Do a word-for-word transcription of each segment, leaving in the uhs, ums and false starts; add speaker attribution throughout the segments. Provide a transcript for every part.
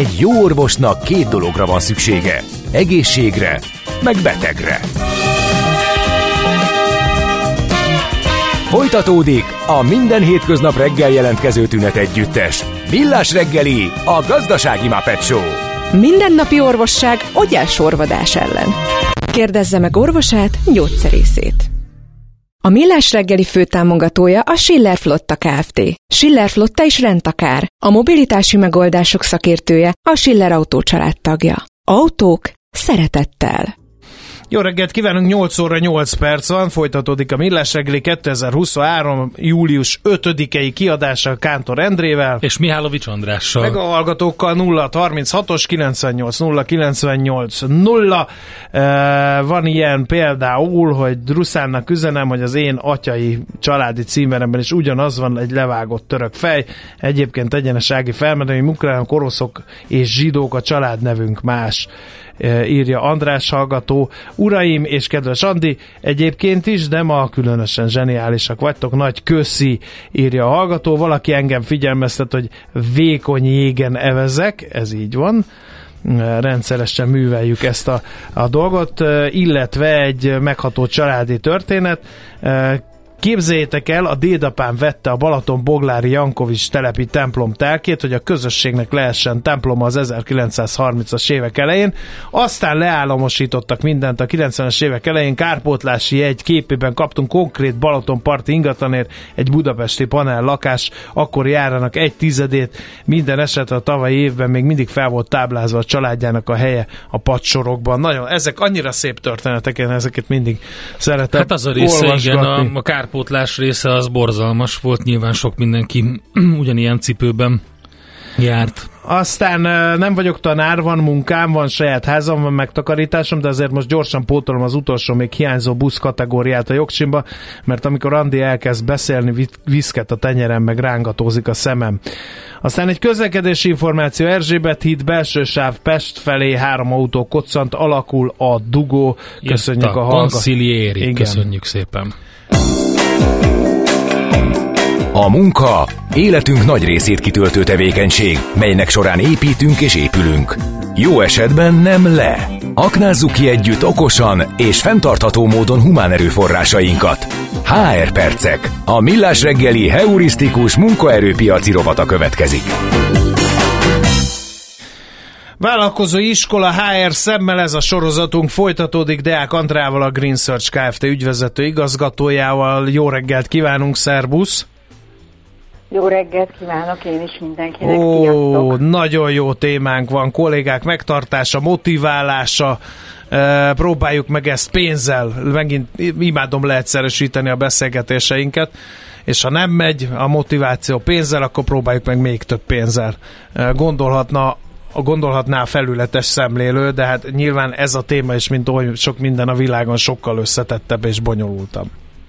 Speaker 1: Egy jó orvosnak két dologra van szüksége. Egészségre, meg betegre. Folytatódik a minden hétköznap reggel jelentkező tünet együttes. Millás reggeli, a gazdasági Muppet Show.
Speaker 2: Mindennapi orvosság ogyásorvadás ellen. Kérdezze meg orvosát, gyógyszerészét. A Millás reggeli főtámogatója a Schiller Flotta Kft. Schiller Flotta is rendtakár. A mobilitási megoldások szakértője, a Schiller Autó család tagja. Autók szeretettel.
Speaker 3: Jó reggelt kívánunk, nyolc óra nyolc perc van, folytatódik a Millás reggeli kétezer-huszonhárom. július ötödikei kiadása Kántor Endrével
Speaker 4: és Mihálovics Andrással.
Speaker 3: Meg a hallgatókkal nulla harminchatos kilencvennyolc nulla kilencvennyolc nulla. E, van ilyen például, hogy Druszánnak üzenem, hogy az én atyai családi címeremben is ugyanaz van, egy levágott török fej. Egyébként egyenesági felmenői munkálnak, oroszok és zsidók, a családnevünk más, írja András hallgató. Uraim és kedves Andi, egyébként is, de ma különösen zseniálisak vagytok, nagy köszi, írja a hallgató. Valaki engem figyelmeztet, hogy vékony jégen evezek, ez így van, rendszeresen műveljük ezt a, a dolgot, illetve egy megható családi történet. Képzeljétek el, a dédapám vette a Balaton-Boglári Jankovics telepi templom telkét, hogy a közösségnek lehessen temploma az ezerkilencszázharmincas évek elején. Aztán leállamosítottak mindent a kilencvenes évek elején, kárpótlási jegy képében kaptunk konkrét Balatonparti ingatlanért egy budapesti panel lakás, akkori árának egy tizedét. Minden esetre a tavalyi évben még mindig fel volt táblázva a családjának a helye a padsorokban. Nagyon, ezek annyira szép történetek, én ezeket mindig szeretem.
Speaker 4: Hát az a része, igen, a, a kár pótlás része az borzalmas volt, nyilván sok mindenki ugyanilyen cipőben járt.
Speaker 3: Aztán nem vagyok tanár, van munkám, van saját házam, van megtakarításom, de azért most gyorsan pótolom az utolsó még hiányzó busz kategóriát a jogsimba, mert amikor Andi elkezd beszélni, viszket a tenyerem, meg rángatózik a szemem. Aztán egy közlekedési információ, Erzsébet híd, belső sáv Pest felé, három autó koccant, alakul a dugó. Köszönjük
Speaker 4: Jött a,
Speaker 3: a
Speaker 4: hallgatót. Köszönjük szépen.
Speaker 1: A munka életünk nagy részét kitöltő tevékenység, melynek során építünk és épülünk. Jó esetben nem le. Aknázzuk ki együtt okosan és fenntartható módon humán erőforrásainkat. há er percek. A Millás reggeli heurisztikus munkaerőpiaci rovata következik.
Speaker 3: Vállalkozói iskola há er szemmel, ez a sorozatunk folytatódik Deák Andrával, a Green Search Kft. Ügyvezető igazgatójával. Jó reggelt kívánunk, szerbusz!
Speaker 5: Jó reggelt kívánok én is mindenkinek,
Speaker 3: Ó,
Speaker 5: sziasztok!
Speaker 3: Nagyon jó témánk van, kollégák megtartása, motiválása, e, próbáljuk meg ezt pénzzel, megint imádom leegyszerűsíteni a beszélgetéseinket, és ha nem megy a motiváció pénzzel, akkor próbáljuk meg még több pénzzel. E, gondolhatna gondolhatná a felületes szemlélő, de hát nyilván ez a téma is, mint oly sok minden a világon, sokkal összetettebb és bonyolultabb.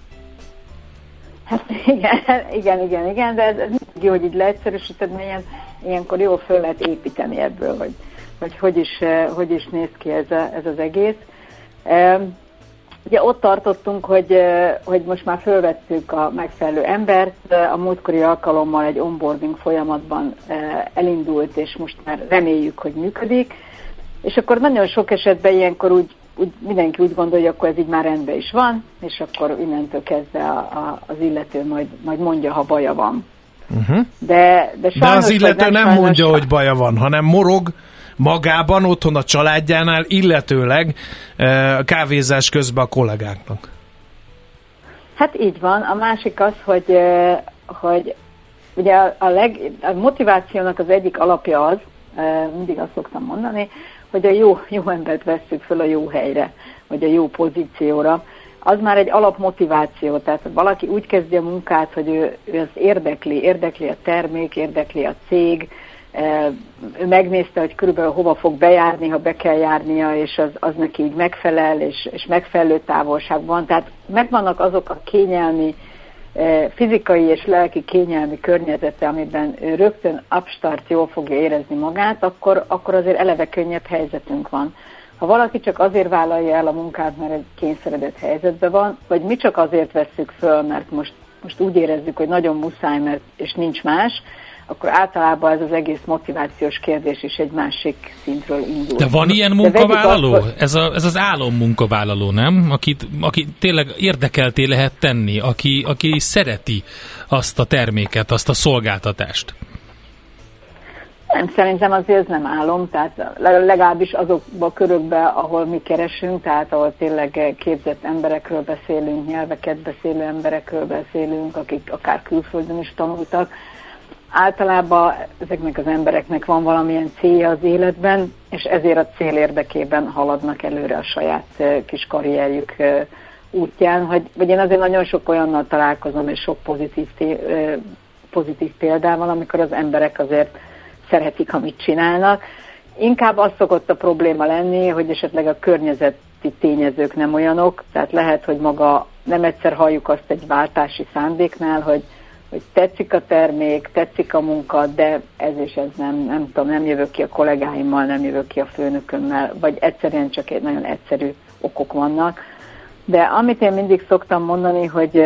Speaker 5: Hát igen, igen, igen, igen, de ez, ez jó, hogy így leegyszerűsíted, mert ilyen, ilyenkor jól föl lehet építeni ebből, hogy hogy, hogy, is, hogy is néz ki ez, a, ez az egész. E, ugye ott tartottunk, hogy, hogy most már fölvettük a megfelelő embert, a múltkori alkalommal egy onboarding folyamatban elindult, és most már reméljük, hogy működik, és akkor nagyon sok esetben ilyenkor úgy Úgy, mindenki úgy gondolja, hogy akkor ez így már rendben is van, és akkor innentől kezdve a, a, az illető majd, majd mondja, ha baja van. Uh-huh. De, de, sajnos,
Speaker 3: de az illető nem,
Speaker 5: nem
Speaker 3: mondja, hogy baja van, hanem morog magában, otthon a családjánál, illetőleg e, kávézás közben a kollégáknak.
Speaker 5: Hát így van. A másik az, hogy, hogy ugye a, a, leg, a motivációnak az egyik alapja az, mindig azt szoktam mondani, hogy a jó, jó embert vesszük föl a jó helyre, vagy a jó pozícióra. Az már egy alapmotiváció, tehát valaki úgy kezdi a munkát, hogy ő, ő az érdekli, érdekli a termék, érdekli a cég, ő megnézte, hogy körülbelül hova fog bejárni, ha be kell járnia, és az, az neki úgy megfelel, és, és megfelelő távolságban. Tehát megvannak azok a kényelmi, fizikai és lelki kényelmi környezete, amiben ő rögtön upstart jól fogja érezni magát, akkor, akkor azért eleve könnyebb helyzetünk van. Ha valaki csak azért vállalja el a munkát, mert egy kényszeredett helyzetben van, vagy mi csak azért vesszük föl, mert most, most úgy érezzük, hogy nagyon muszáj, mert és nincs más, akkor általában ez az egész motivációs kérdés is egy másik szintről indul.
Speaker 4: De van ilyen munkavállaló? Azt, ez, a, ez az álom munkavállaló, nem? Akit, aki tényleg érdekelté lehet tenni, aki, aki szereti azt a terméket, azt a szolgáltatást.
Speaker 5: Nem, szerintem azért ez nem álom, tehát legalábbis azokban a körökben, ahol mi keresünk, tehát ahol tényleg képzett emberekről beszélünk, nyelveket beszélő emberekről beszélünk, akik akár külföldön is tanultak. Általában ezeknek az embereknek van valamilyen célja az életben, és ezért a cél érdekében haladnak előre a saját kis karrierjük útján. Hogy, vagy én azért nagyon sok olyannal találkozom, és sok pozitív, pozitív példával, amikor az emberek azért szeretik, amit csinálnak. Inkább az szokott a probléma lenni, hogy esetleg a környezeti tényezők nem olyanok, tehát lehet, hogy maga nem egyszer halljuk azt egy váltási szándéknál, hogy, hogy tetszik a termék, tetszik a munka, de ez és ez nem, nem tudom, nem jövök ki a kollégáimmal, nem jövök ki a főnökömmel, vagy egyszerűen csak egy nagyon egyszerű okok vannak. De amit én mindig szoktam mondani, hogy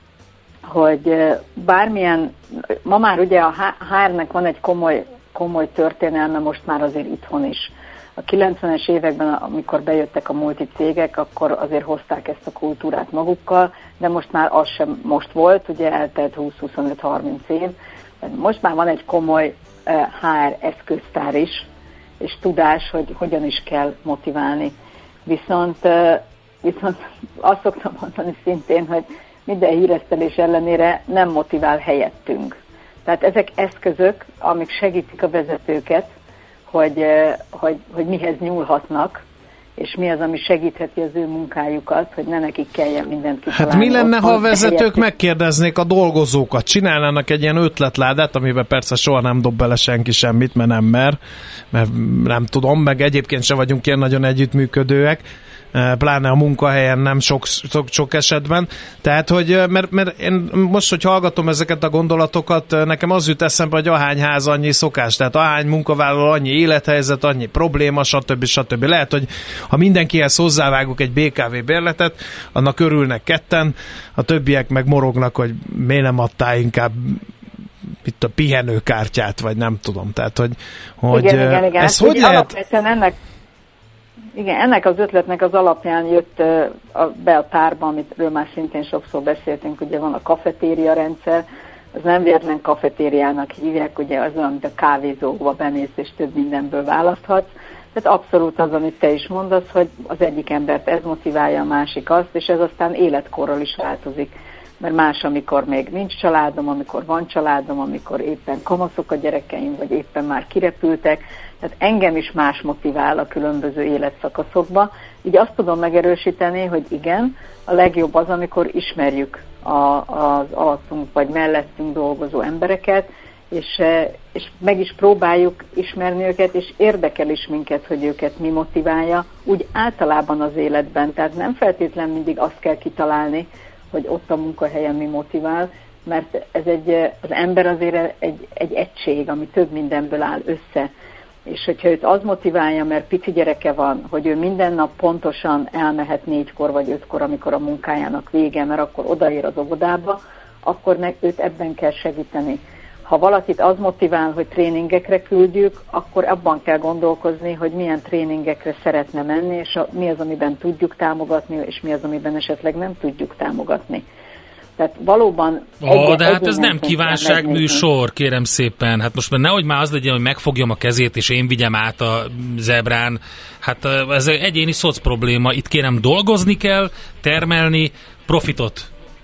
Speaker 5: hogy bármilyen, ma már ugye a há er-nek van egy komoly komoly történelme most már azért itthon is. A kilencvenes években, amikor bejöttek a multicégek, akkor azért hozták ezt a kultúrát magukkal, de most már az sem most volt, ugye eltelt húsz-huszonöt-harminc év. Most már van egy komoly há er eszköztár is, és tudás, hogy hogyan is kell motiválni. Viszont, viszont azt szoktam mondani szintén, hogy minden híresztelés ellenére nem motivál helyettünk. Tehát ezek eszközök, amik segítik a vezetőket, hogy, hogy, hogy mihez nyúlhatnak, és mi az, ami segítheti az ő munkájukat, hogy ne nekik kelljen mindent kitalálni.
Speaker 3: Hát mi lenne,
Speaker 5: otthon,
Speaker 3: ha a vezetők
Speaker 5: helyettük
Speaker 3: megkérdeznék a dolgozókat, csinálnának egy ilyen ötletládát, amiben persze soha nem dob bele senki semmit, mert nem mer, mert nem tudom, meg egyébként se vagyunk ilyen nagyon együttműködőek, pláne a munkahelyen nem sok, sok, sok esetben. Tehát, hogy mert, mert én most, hogy hallgatom ezeket a gondolatokat, nekem az jut eszembe, hogy ahány ház, annyi szokás, tehát ahány munkavállaló, annyi élethelyzet, annyi probléma, stb. stb. Lehet, hogy ha mindenkihez hozzávágok egy bé ká vé bérletet, annak örülnek ketten, a többiek meg morognak, hogy miért nem adtál inkább itt a pihenőkártyát, vagy nem tudom. Tehát, hogy, hogy
Speaker 5: igen, igen, igen.
Speaker 3: ez hogy lehet...
Speaker 5: ennek Igen, ennek az ötletnek az alapján jött a, be a tárba, amitről már szintén sokszor beszéltünk, ugye van a kafetéria rendszer, az nem véletlen kafetériának hívják, ugye az olyan, mint a kávézóba bemész, és több mindenből választhatsz. Tehát abszolút az, amit te is mondasz, hogy az egyik embert ez motiválja, a másik azt, és ez aztán életkorral is változik. Mert más, amikor még nincs családom, amikor van családom, amikor éppen kamaszok a gyerekeim, vagy éppen már kirepültek. Tehát engem is más motivál a különböző életszakaszokba. Így azt tudom megerősíteni, hogy igen, a legjobb az, amikor ismerjük a, az alattunk vagy mellettünk dolgozó embereket, és, és meg is próbáljuk ismerni őket, és érdekel is minket, hogy őket mi motiválja, úgy általában az életben. Tehát nem feltétlenül mindig azt kell kitalálni, hogy ott a munkahelyen mi motivál, mert ez egy, az ember azért egy, egy egység, ami több mindenből áll össze. És hogyha őt az motiválja, mert pici gyereke van, hogy ő minden nap pontosan elmehet négykor vagy ötkor, amikor a munkájának vége, mert akkor odaér az óvodába, akkor ne, őt ebben kell segíteni. Ha valakit az motivál, hogy tréningekre küldjük, akkor abban kell gondolkozni, hogy milyen tréningekre szeretne menni, és a, mi az, amiben tudjuk támogatni, és mi az, amiben esetleg nem tudjuk támogatni. Tehát valóban...
Speaker 4: Ó, de hát ez nem kívánságműsor, kérem szépen. Hát most már nehogy már az legyen, hogy megfogjam a kezét, és én vigyem át a zebrán. Hát ez egy egyéni szoc probléma. Itt kérem dolgozni kell, termelni, profitot.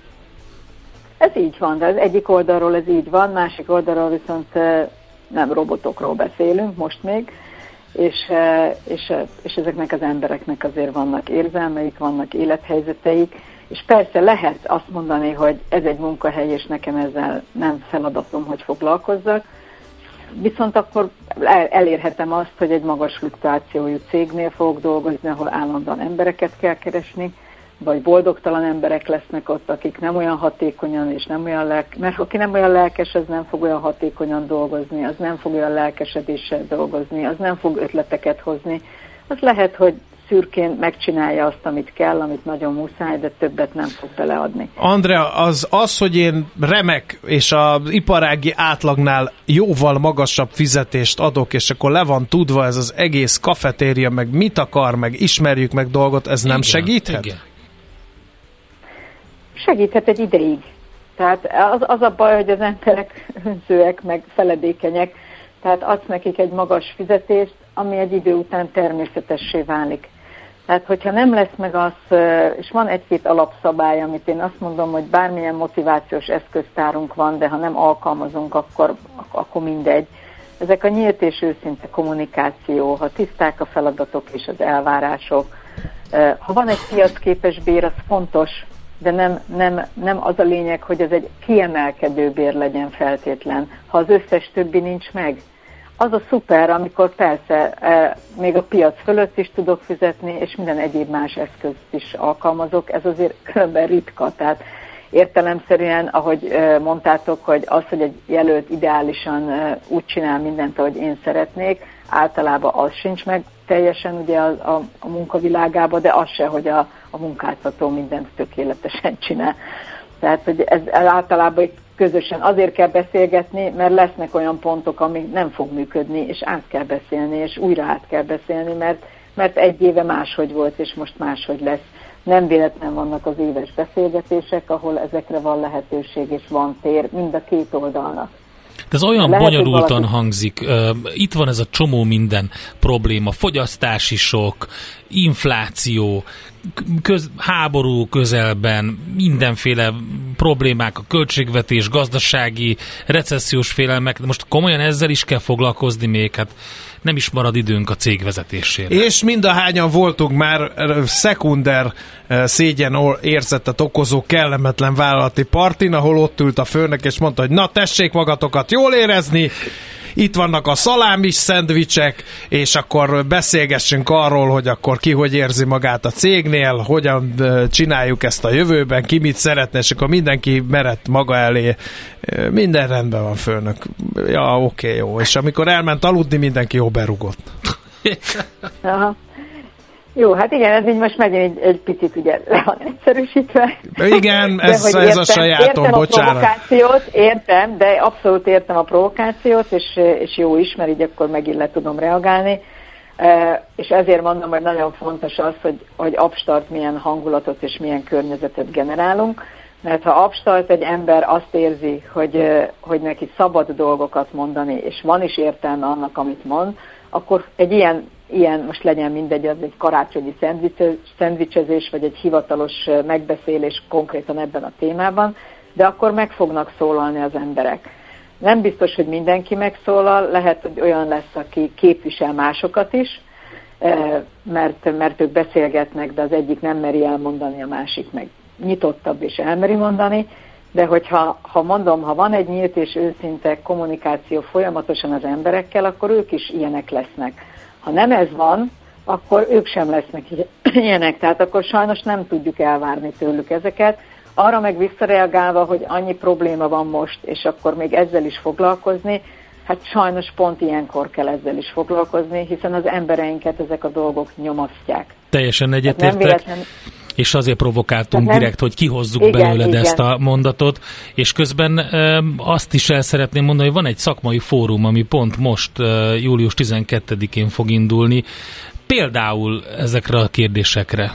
Speaker 5: Ez így van, de az egyik oldalról ez így van, másik oldalról viszont nem robotokról beszélünk most még, és, és, és ezeknek az embereknek azért vannak érzelmeik, vannak élethelyzeteik, és persze lehet azt mondani, hogy ez egy munkahely, és nekem ezzel nem feladatom, hogy foglalkozzak, viszont akkor elérhetem azt, hogy egy magas fluktuációjú cégnél fogok dolgozni, ahol állandóan embereket kell keresni, vagy boldogtalan emberek lesznek ott, akik nem olyan hatékonyan és nem olyan lelkes, mert aki nem olyan lelkes, az nem fog olyan hatékonyan dolgozni, az nem fog olyan lelkesedéssel dolgozni, az nem fog ötleteket hozni. Az lehet, hogy szürkén megcsinálja azt, amit kell, amit nagyon muszáj, de többet nem fog beleadni.
Speaker 3: Andrea, az, az, hogy én remek és az iparági átlagnál jóval magasabb fizetést adok, és akkor le van tudva ez az egész kafetéria, meg mit akar, meg ismerjük meg dolgot, ez nem igen, segíthet? Igen.
Speaker 5: Segíthet egy ideig. Tehát az, az a baj, hogy az emberek önzőek, meg feledékenyek, tehát adsz nekik egy magas fizetést, ami egy idő után természetessé válik. Tehát, hogyha nem lesz meg az, és van egy-két alapszabály, amit én azt mondom, hogy bármilyen motivációs eszköztárunk van, de ha nem alkalmazunk, akkor, akkor mindegy. Ezek a nyílt és őszinte kommunikáció, ha tiszták a feladatok és az elvárások. Ha van egy piacképes bér, az fontos, de nem, nem, nem az a lényeg, hogy ez egy kiemelkedő bér legyen feltétlen, ha az összes többi nincs meg. Az a szuper, amikor persze e, még a piac fölött is tudok fizetni, és minden egyéb más eszközt is alkalmazok, ez azért különben ritka. Tehát értelemszerűen, ahogy e, mondtátok, hogy az, hogy egy jelölt ideálisan e, úgy csinál mindent, ahogy én szeretnék, általában az sincs meg teljesen ugye a, a, a munkavilágában, de az se, hogy a, a munkáltató mindent tökéletesen csinál. Tehát, hogy ez általában közösen azért kell beszélgetni, mert lesznek olyan pontok, amik nem fog működni, és át kell beszélni, és újra át kell beszélni, mert, mert egy éve máshogy volt, és most máshogy lesz. Nem véletlen vannak az éves beszélgetések, ahol ezekre van lehetőség, és van tér mind a két oldalnak.
Speaker 4: De ez olyan lehet, bonyolultan valaki... hangzik. Itt van ez a csomó minden probléma. Fogyasztási sok, infláció, köz, háború közelben, mindenféle problémák, a költségvetés, gazdasági, recessziós félelmek. Most komolyan ezzel is kell foglalkozni még, hát nem is marad időnk a cégvezetésére. És
Speaker 3: mindahányan voltunk már szekunder szégyen érzetet okozó kellemetlen vállalati partin, ahol ott ült a főnök, és mondta, hogy na tessék magatokat jól érezni, itt vannak a szalámis szendvicsek, és akkor beszélgessünk arról, hogy akkor ki hogy érzi magát a cégnél, hogyan csináljuk ezt a jövőben, ki mit szeretne, és akkor mindenki merett maga elé. Minden rendben van, főnök. Ja, oké, okay, jó. És amikor elment aludni, mindenki jó berugott.
Speaker 5: Aha. Jó, hát igen, ez így most megint egy, egy picit ugye le van egyszerűsítve.
Speaker 3: Igen, ez,
Speaker 5: de,
Speaker 3: ez
Speaker 5: értem,
Speaker 3: a sajátom,
Speaker 5: értem
Speaker 3: bocsánat.
Speaker 5: Értem a provokációt, értem, de abszolút értem a provokációt, és, és jó is, mert így akkor megint le tudom reagálni. E, és ezért mondom, hogy nagyon fontos az, hogy, hogy abstart milyen hangulatot és milyen környezetet generálunk, mert ha abstart egy ember azt érzi, hogy, hogy neki szabad dolgokat mondani, és van is értelme annak, amit mond, akkor egy ilyen Ilyen, most legyen mindegy, az egy karácsonyi szendvicsezés, vagy egy hivatalos megbeszélés konkrétan ebben a témában, de akkor meg fognak szólalni az emberek. Nem biztos, hogy mindenki megszólal, lehet, hogy olyan lesz, aki képvisel másokat is, mert, mert ők beszélgetnek, de az egyik nem meri elmondani, a másik meg nyitottabb és elmeri mondani, de hogyha ha mondom, ha van egy nyílt és őszinte kommunikáció folyamatosan az emberekkel, akkor ők is ilyenek lesznek. Ha nem ez van, akkor ők sem lesznek ilyenek, tehát akkor sajnos nem tudjuk elvárni tőlük ezeket. Arra meg visszareagálva, hogy annyi probléma van most, és akkor még ezzel is foglalkozni, hát sajnos pont ilyenkor kell ezzel is foglalkozni, hiszen az embereinket ezek a dolgok nyomasztják.
Speaker 4: Teljesen egyetértek. Véletlen... És azért provokáltunk nem, direkt, hogy kihozzuk igen, belőled igen. ezt a mondatot, és közben e, azt is el szeretném mondani, hogy van egy szakmai fórum, ami pont most, e, július tizenkettedikén fog indulni, például ezekre a kérdésekre.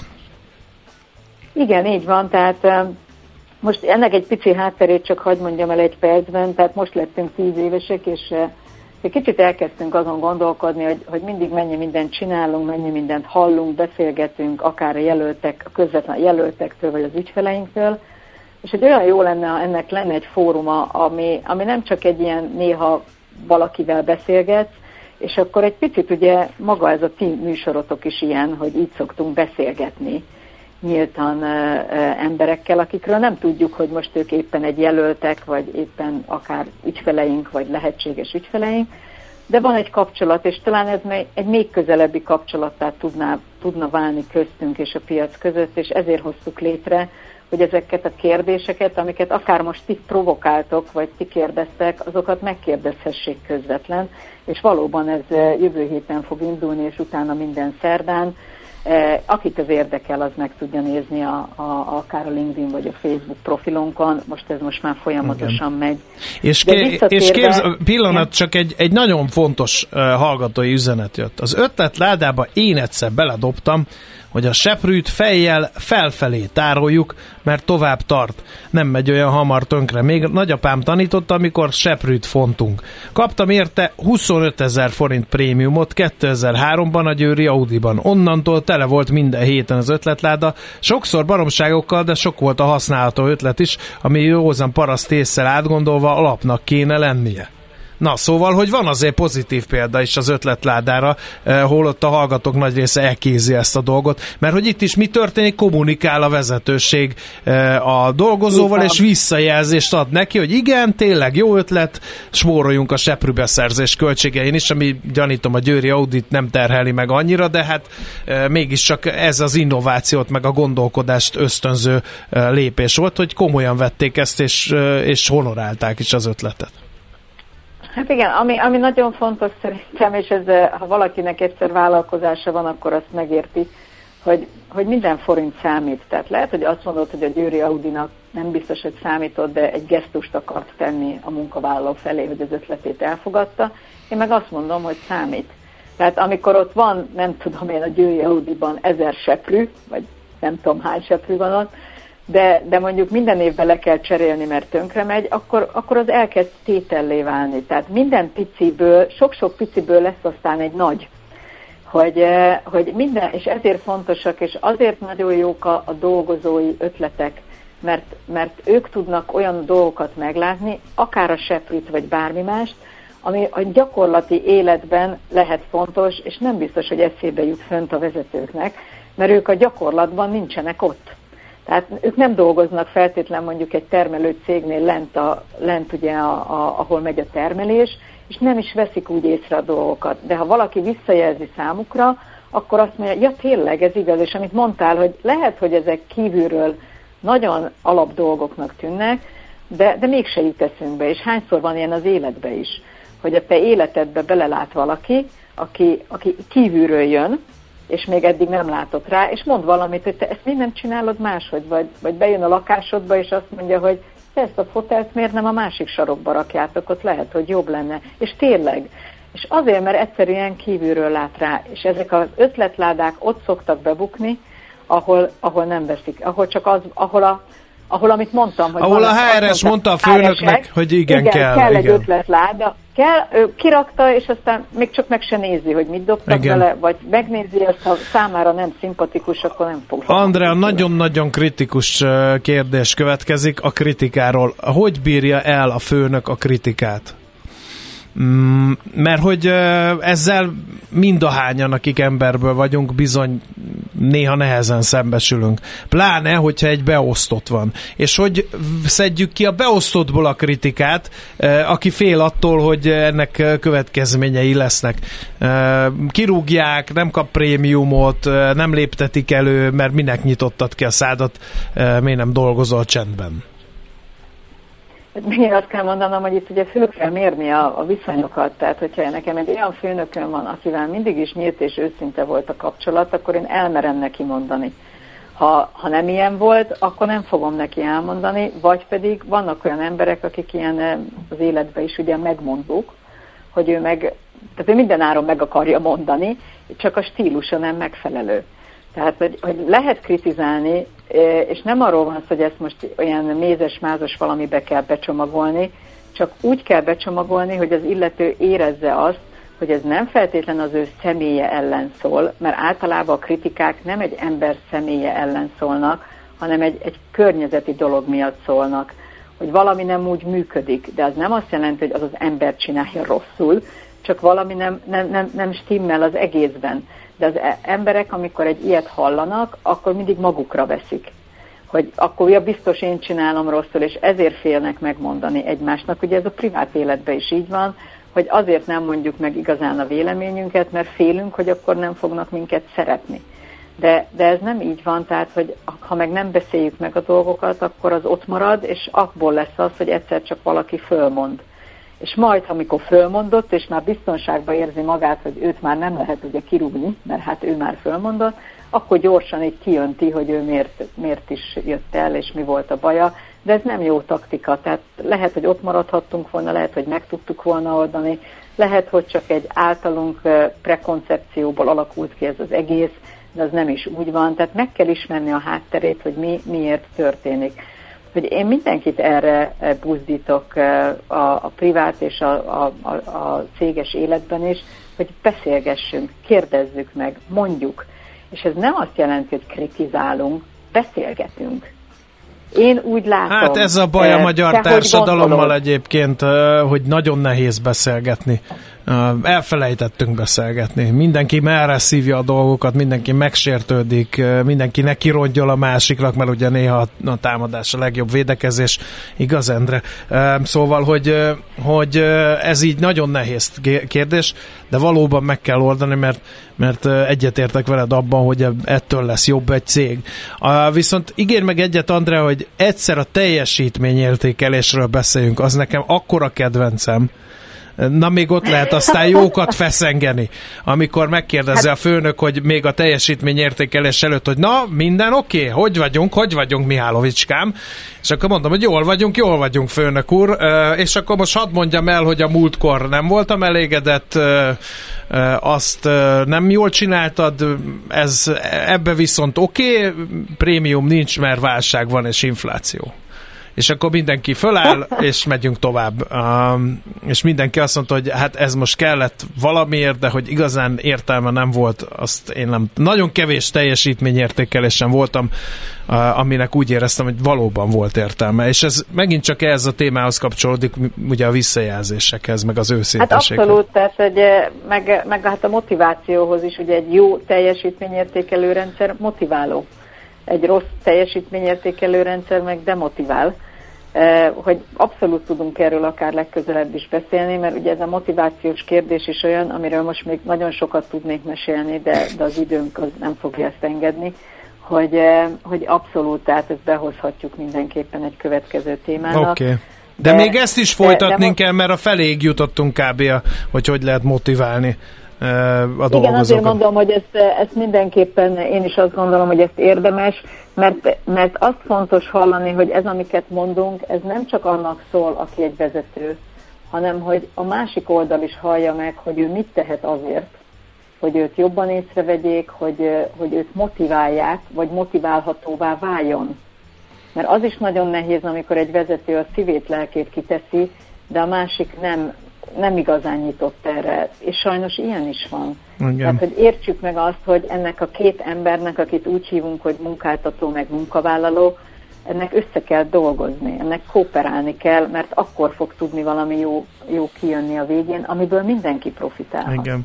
Speaker 5: Igen, így van, tehát e, most ennek egy pici hátterét csak hadd mondjam el egy percben, tehát most lettünk tíz évesek, és e, egy kicsit elkezdtünk azon gondolkodni, hogy, hogy mindig mennyi mindent csinálunk, mennyi mindent hallunk, beszélgetünk, akár a jelöltek, a közvetlen jelöltektől, vagy az ügyfeleinktől, és hogy olyan jó lenne, ha ennek lenne egy fóruma, ami, ami nem csak egy ilyen néha valakivel beszélgetsz, és akkor egy picit ugye maga ez a ti műsorotok is ilyen, hogy így szoktunk beszélgetni nyíltan ö, ö, emberekkel, akikről nem tudjuk, hogy most ők éppen egy jelöltek, vagy éppen akár ügyfeleink, vagy lehetséges ügyfeleink, de van egy kapcsolat, és talán ez egy még közelebbi kapcsolattá tudná, tudna válni köztünk és a piac között, és ezért hoztuk létre, hogy ezeket a kérdéseket, amiket akár most ti provokáltok, vagy ti kérdeztek, azokat megkérdezhessék közvetlen, és valóban ez jövő héten fog indulni, és utána minden szerdán, Akit ez érdekel, az meg tudja nézni a, a, akár a LinkedIn vagy a Facebook profilunkon, most ez most már folyamatosan igen. megy.
Speaker 3: És, ké- és képz, pillanat, csak egy, egy nagyon fontos uh, hallgatói üzenet jött. Az ötletládába én egyszer beledobtam, hogy a seprűt fejjel felfelé tároljuk, mert tovább tart. Nem megy olyan hamar tönkre. Még nagyapám tanította, amikor seprűt fontunk. Kaptam érte huszonötezer forint prémiumot kétezer-háromban a győri Audiban. Onnantól tele volt minden héten az ötletláda. Sokszor baromságokkal, de sok volt a használható ötlet is, ami józan paraszt ésszel átgondolva alapnak kéne lennie. Na, szóval, hogy van azért pozitív példa is az ötletládára, eh, hol ott a hallgatók nagy része elkézi ezt a dolgot, mert hogy itt is mi történik, kommunikál a vezetőség eh, a dolgozóval, és visszajelzést ad neki, hogy igen, tényleg jó ötlet, spóroljunk a seprűbeszerzés költségein is, ami gyanítom a győri Audit nem terheli meg annyira, de hát eh, mégiscsak ez az innovációt, meg a gondolkodást ösztönző eh, lépés volt, hogy komolyan vették ezt, és, eh, és honorálták is az ötletet.
Speaker 5: Hát igen, ami, ami nagyon fontos szerintem, és ez, ha valakinek egyszer vállalkozása van, akkor azt megérti, hogy, hogy minden forint számít. Tehát lehet, hogy azt mondod, hogy a győri Audinak nem biztos, hogy számított, de egy gesztust akart tenni a munkavállaló felé, hogy az ötletét elfogadta. Én meg azt mondom, hogy számít. Tehát amikor ott van, nem tudom én, a győri Audiban ezer seprű, vagy nem tudom hány seprű van ott, De, de mondjuk minden évben le kell cserélni, mert tönkre megy, akkor, akkor az elkezd tétellé válni. Tehát minden piciből, sok-sok piciből lesz aztán egy nagy. Hogy, hogy minden, és ezért fontosak, és azért nagyon jók a, a dolgozói ötletek, mert, mert ők tudnak olyan dolgokat meglátni, akár a seprűt, vagy bármi mást, ami a gyakorlati életben lehet fontos, és nem biztos, hogy eszébe jut fönt a vezetőknek, mert ők a gyakorlatban nincsenek ott. Tehát ők nem dolgoznak feltétlen mondjuk egy termelő cégnél lent, a, lent ugye, a, a, ahol megy a termelés, és nem is veszik úgy észre a dolgokat. De ha valaki visszajelzi számukra, akkor azt mondja, ja tényleg ez igaz, és amit mondtál, hogy lehet, hogy ezek kívülről nagyon alap dolgoknak tűnnek, de, de mégse jut eszünkbe, és hányszor van ilyen az életbe is, hogy a te életedbe belelát valaki, aki, aki kívülről jön, és még eddig nem látott rá, és mond valamit, hogy te ezt mindent csinálod máshogy, vagy, vagy bejön a lakásodba, és azt mondja, hogy te ezt a fotelt miért nem a másik sarokba rakjátok, ott lehet, hogy jobb lenne. És tényleg. És azért, mert egyszerűen kívülről lát rá, és ezek az ötletládák ott szoktak bebukni, ahol, ahol nem veszik, ahol csak az, ahol a ahol, amit mondtam, hogy
Speaker 3: ahol a há er es mondta a főnöknek, hogy igen, igen kell.
Speaker 5: kell egy
Speaker 3: igen.
Speaker 5: ötletláda. Kell, ő kirakta, és aztán még csak meg se nézi, hogy mit dobtak igen. bele, vagy megnézi, azt, ha számára nem szimpatikus, akkor nem fog.
Speaker 3: Andrea, nagyon-nagyon kritikus kérdés következik a kritikáról. Hogy bírja el a főnök a kritikát? Mm, mert hogy ezzel mindahányan, akik emberből vagyunk, bizony néha nehezen szembesülünk. Pláne, hogyha egy beosztott van. És hogy szedjük ki a beosztottból a kritikát, aki fél attól, hogy ennek következményei lesznek. Kirúgják, nem kap prémiumot, nem léptetik elő, mert minek nyitottad ki a szádat, miért nem dolgozol csendben?
Speaker 5: Én azt kell mondanom, hogy itt ugye föl kell mérni a, a viszonyokat, tehát hogyha nekem egy olyan főnököm van, akivel mindig is nyílt és őszinte volt a kapcsolat, akkor én elmerem neki mondani. Ha, ha nem ilyen volt, akkor nem fogom neki elmondani, vagy pedig vannak olyan emberek, akik ilyen az életben is ugye megmondók, hogy ő meg, tehát ő mindenáron meg akarja mondani, csak a stílusa nem megfelelő. Tehát, hogy, hogy lehet kritizálni, és nem arról van szó, hogy ezt most olyan mézes-mázos valamibe kell becsomagolni, csak úgy kell becsomagolni, hogy az illető érezze azt, hogy ez nem feltétlen az ő személye ellen szól, mert általában a kritikák nem egy ember személye ellen szólnak, hanem egy, egy környezeti dolog miatt szólnak, hogy valami nem úgy működik, de az nem azt jelenti, hogy az az ember csinálja rosszul, csak valami nem, nem, nem, nem stimmel az egészben. De az emberek, amikor egy ilyet hallanak, akkor mindig magukra veszik. Hogy akkor ja, biztos én csinálom rosszul, és ezért félnek megmondani egymásnak. Ugye ez a privát életben is így van, hogy azért nem mondjuk meg igazán a véleményünket, mert félünk, hogy akkor nem fognak minket szeretni. De, de ez nem így van, tehát, hogy ha meg nem beszéljük meg a dolgokat, akkor az ott marad, és abból lesz az, hogy egyszer csak valaki fölmond. És majd, amikor fölmondott, és már biztonságban érzi magát, hogy őt már nem lehet ugye kirúgni, mert hát ő már fölmondott, akkor gyorsan így kijönti, hogy ő miért, miért is jött el, és mi volt a baja, de ez nem jó taktika, tehát lehet, hogy ott maradhattunk volna, lehet, hogy meg tudtuk volna oldani, lehet, hogy csak egy általunk prekoncepcióból alakult ki ez az egész, de az nem is úgy van, tehát meg kell ismerni a hátterét, hogy mi miért történik. Hogy én mindenkit erre buzdítok a, a privát és a, a, a, a céges életben is, hogy beszélgessünk, kérdezzük meg, mondjuk. És ez nem azt jelenti, hogy kritizálunk, beszélgetünk. Én úgy látom.
Speaker 3: Hát ez a baj a magyar társadalommal egyébként, hogy nagyon nehéz beszélgetni. Elfelejtettünk beszélgetni. Mindenki merre szívja a dolgokat, mindenki megsértődik, mindenki nekirongyol a másiknak, mert ugye néha a támadás a legjobb védekezés, igaz, Endre? Szóval, hogy, hogy ez így nagyon nehéz kérdés, de valóban meg kell oldani, mert, mert egyetértek veled abban, hogy ettől lesz jobb egy cég. Viszont ígérj meg egyet, Andrea, hogy egyszer a teljesítményértékelésről beszéljünk, az nekem akkora kedvencem. Na, még ott lehet aztán jókat feszengeni, amikor megkérdezi a főnök, hogy még a teljesítményértékelés előtt, hogy na, minden oké, okay? hogy vagyunk, hogy vagyunk, Mihálovicskám, és akkor mondom, hogy jól vagyunk, jól vagyunk, főnök úr, és akkor most hadd mondjam el, hogy a múltkor nem voltam elégedett, azt nem jól csináltad, ez, ebbe viszont oké, okay, prémium nincs, mert válság van és infláció. És akkor mindenki föláll, és megyünk tovább. Um, és mindenki azt mondta, hogy hát ez most kellett valamiért, de hogy igazán értelme nem volt, azt én nem... Nagyon kevés teljesítményértékelésen voltam, uh, aminek úgy éreztem, hogy valóban volt értelme. És ez megint csak ehhez a témához kapcsolódik, ugye a visszajelzésekhez, meg az őszinteséghez.
Speaker 5: Hát abszolút, tehát hogy meg, meg hát a motivációhoz is, ugye egy jó teljesítményértékelő rendszer motiváló. Egy rossz teljesítményértékelő rendszer meg demotivál, hogy abszolút tudunk erről akár legközelebb is beszélni, mert ugye ez a motivációs kérdés is olyan, amiről most még nagyon sokat tudnék mesélni, de, de az időnk az nem fogja ezt engedni, hogy, hogy abszolút, tehát ezt behozhatjuk mindenképpen egy következő témának.
Speaker 3: Oké. Okay. De, de még ezt is folytatni kell, mert a feléig jutottunk kb. Hogy hogy lehet motiválni a dolgozókat.
Speaker 5: Igen, azért mondom, hogy ezt, ezt mindenképpen én is azt gondolom, hogy ezt érdemes, mert, mert azt fontos hallani, hogy ez, amiket mondunk, ez nem csak annak szól, aki egy vezető, hanem hogy a másik oldal is hallja meg, hogy ő mit tehet azért, hogy őt jobban észrevegyék, hogy, hogy őt motiválják, vagy motiválhatóvá váljon. Mert az is nagyon nehéz, amikor egy vezető a szívét, lelkét kiteszi, de a másik nem nem igazán nyitott erre, és sajnos ilyen is van. Igen. Tehát, hogy értsük meg azt, hogy ennek a két embernek, akit úgy hívunk, hogy munkáltató meg munkavállaló, ennek össze kell dolgozni, ennek kooperálni kell, mert akkor fog tudni valami jó, jó kijönni a végén, amiből mindenki profitálhat.
Speaker 3: Igen.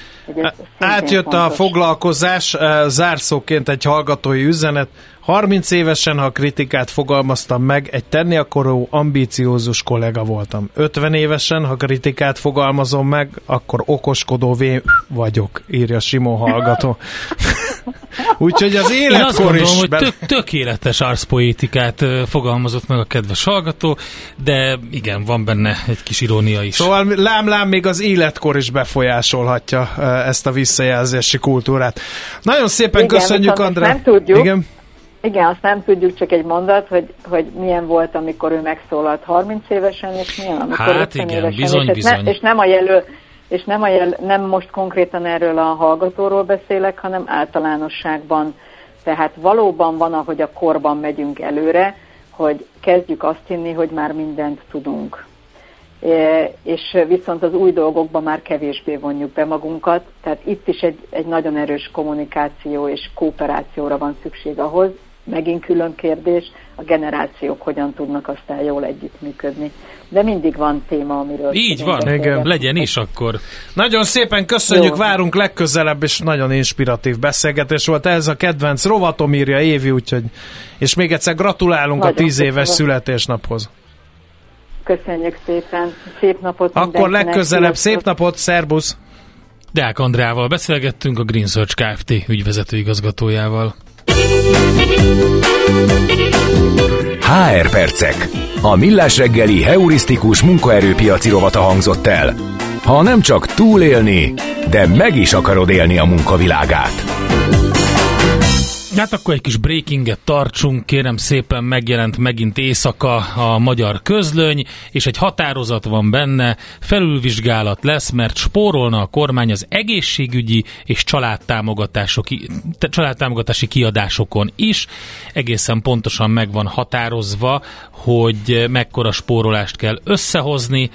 Speaker 3: Átjött fontos. A foglalkozás, zárszóként egy hallgatói üzenet. harminc évesen, ha kritikát fogalmaztam meg, egy tenni akaró, ambíciózus kollega voltam. ötven évesen, ha kritikát fogalmazom meg, akkor okoskodó vé vagyok, írja Simon hallgató. Úgyhogy az életkor Én
Speaker 4: azt gondolom,
Speaker 3: is...
Speaker 4: hogy tök, tökéletes arszpoétikát fogalmazott meg a kedves hallgató, de igen, van benne egy kis irónia is.
Speaker 3: Szóval lám-lám még az életkor is befolyásolhatja ezt a visszajelzési kultúrát. Nagyon szépen igen, köszönjük, Andrá.
Speaker 5: Nem tudjuk. Igen. Igen, azt nem tudjuk, csak egy mondat, hogy, hogy milyen volt, amikor ő megszólalt harminc évesen, és milyen, amikor
Speaker 4: hát
Speaker 5: ötven
Speaker 4: igen,
Speaker 5: évesen.
Speaker 4: Bizony,
Speaker 5: és,
Speaker 4: bizony.
Speaker 5: Ne, és nem a jelöl, és nem, a jel, nem most konkrétan erről a hallgatóról beszélek, hanem általánosságban. Tehát valóban van, ahogy a korban megyünk előre, hogy kezdjük azt hinni, hogy már mindent tudunk. É, és viszont az új dolgokban már kevésbé vonjuk be magunkat, tehát itt is egy, egy nagyon erős kommunikáció és kooperációra van szükség ahhoz. Megint külön kérdés, a generációk hogyan tudnak aztán jól együttműködni. De mindig van téma, amiről...
Speaker 4: Így van, igen. Legyen is akkor.
Speaker 3: Nagyon szépen köszönjük, jó. Várunk legközelebb, és nagyon inspiratív beszélgetés volt. Ez a kedvenc rovatom, írja Évi, úgyhogy... És még egyszer gratulálunk nagyon a tíz éves köszönöm. Születésnaphoz.
Speaker 5: Köszönjük szépen. Szép napot
Speaker 3: Akkor legközelebb, szép napot, szerbusz!
Speaker 4: Deák Andrával beszélgettünk, a Green Search Kft. Ügyvezető igazgatójával.
Speaker 1: há er percek. A Millás reggeli heurisztikus munkaerőpiaci rovata hangzott el. Ha nem csak túlélni, de meg is akarod élni a munkavilágát.
Speaker 4: Hát akkor egy kis breakinget tartsunk, kérem szépen, megjelent megint éjszaka a Magyar Közlöny, és egy határozat van benne, felülvizsgálat lesz, mert spórolna a kormány az egészségügyi és családtámogatási, családtámogatási kiadásokon is. Egészen pontosan meg van határozva, hogy mekkora spórolást kell összehozni.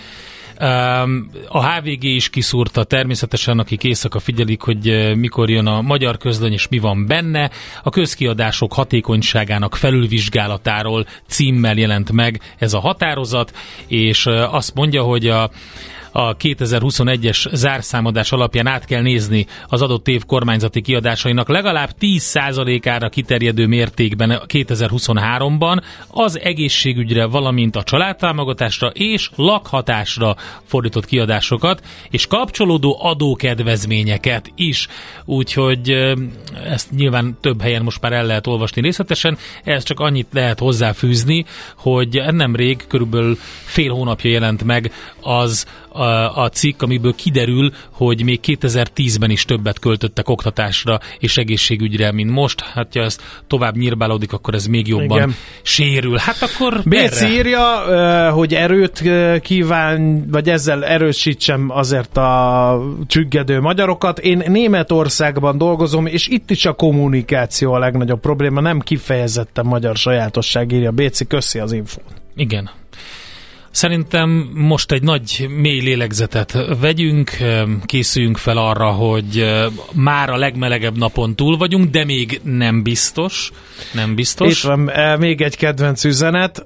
Speaker 4: A há vé gé is kiszúrta természetesen, akik éjszaka figyelik, hogy mikor jön a Magyar Közlöny és mi van benne. A közkiadások hatékonyságának felülvizsgálatáról címmel jelent meg ez a határozat, és azt mondja, hogy a a kétezer-huszonegyes zárszámadás alapján át kell nézni az adott év kormányzati kiadásainak legalább tíz százalékára kiterjedő mértékben kétezer-huszonháromban az egészségügyre, valamint a családtámogatásra és lakhatásra fordított kiadásokat, és kapcsolódó adókedvezményeket is. Úgyhogy ezt nyilván több helyen most már el lehet olvasni részletesen, ehhez csak annyit lehet hozzáfűzni, hogy nemrég, körülbelül fél hónapja jelent meg az a, a cikk, amiből kiderül, hogy még kétezer-tízben is többet költöttek oktatásra és egészségügyre, mint most. Hát, ha ez tovább nyírbálódik, akkor ez még jobban igen. sérül. Hát akkor
Speaker 3: Béci írja, hogy erőt kíván, vagy ezzel erősítsem azért a csüggedő magyarokat. Én Németországban dolgozom, és itt is a kommunikáció a legnagyobb probléma, nem kifejezetten magyar sajátosság, írja Béci. Köszi az infót.
Speaker 4: Igen. Szerintem most egy nagy, mély lélegzetet vegyünk, készüljünk fel arra, hogy már a legmelegebb napon túl vagyunk, de még nem biztos. Nem biztos.
Speaker 3: Itt van még egy kedvenc üzenet.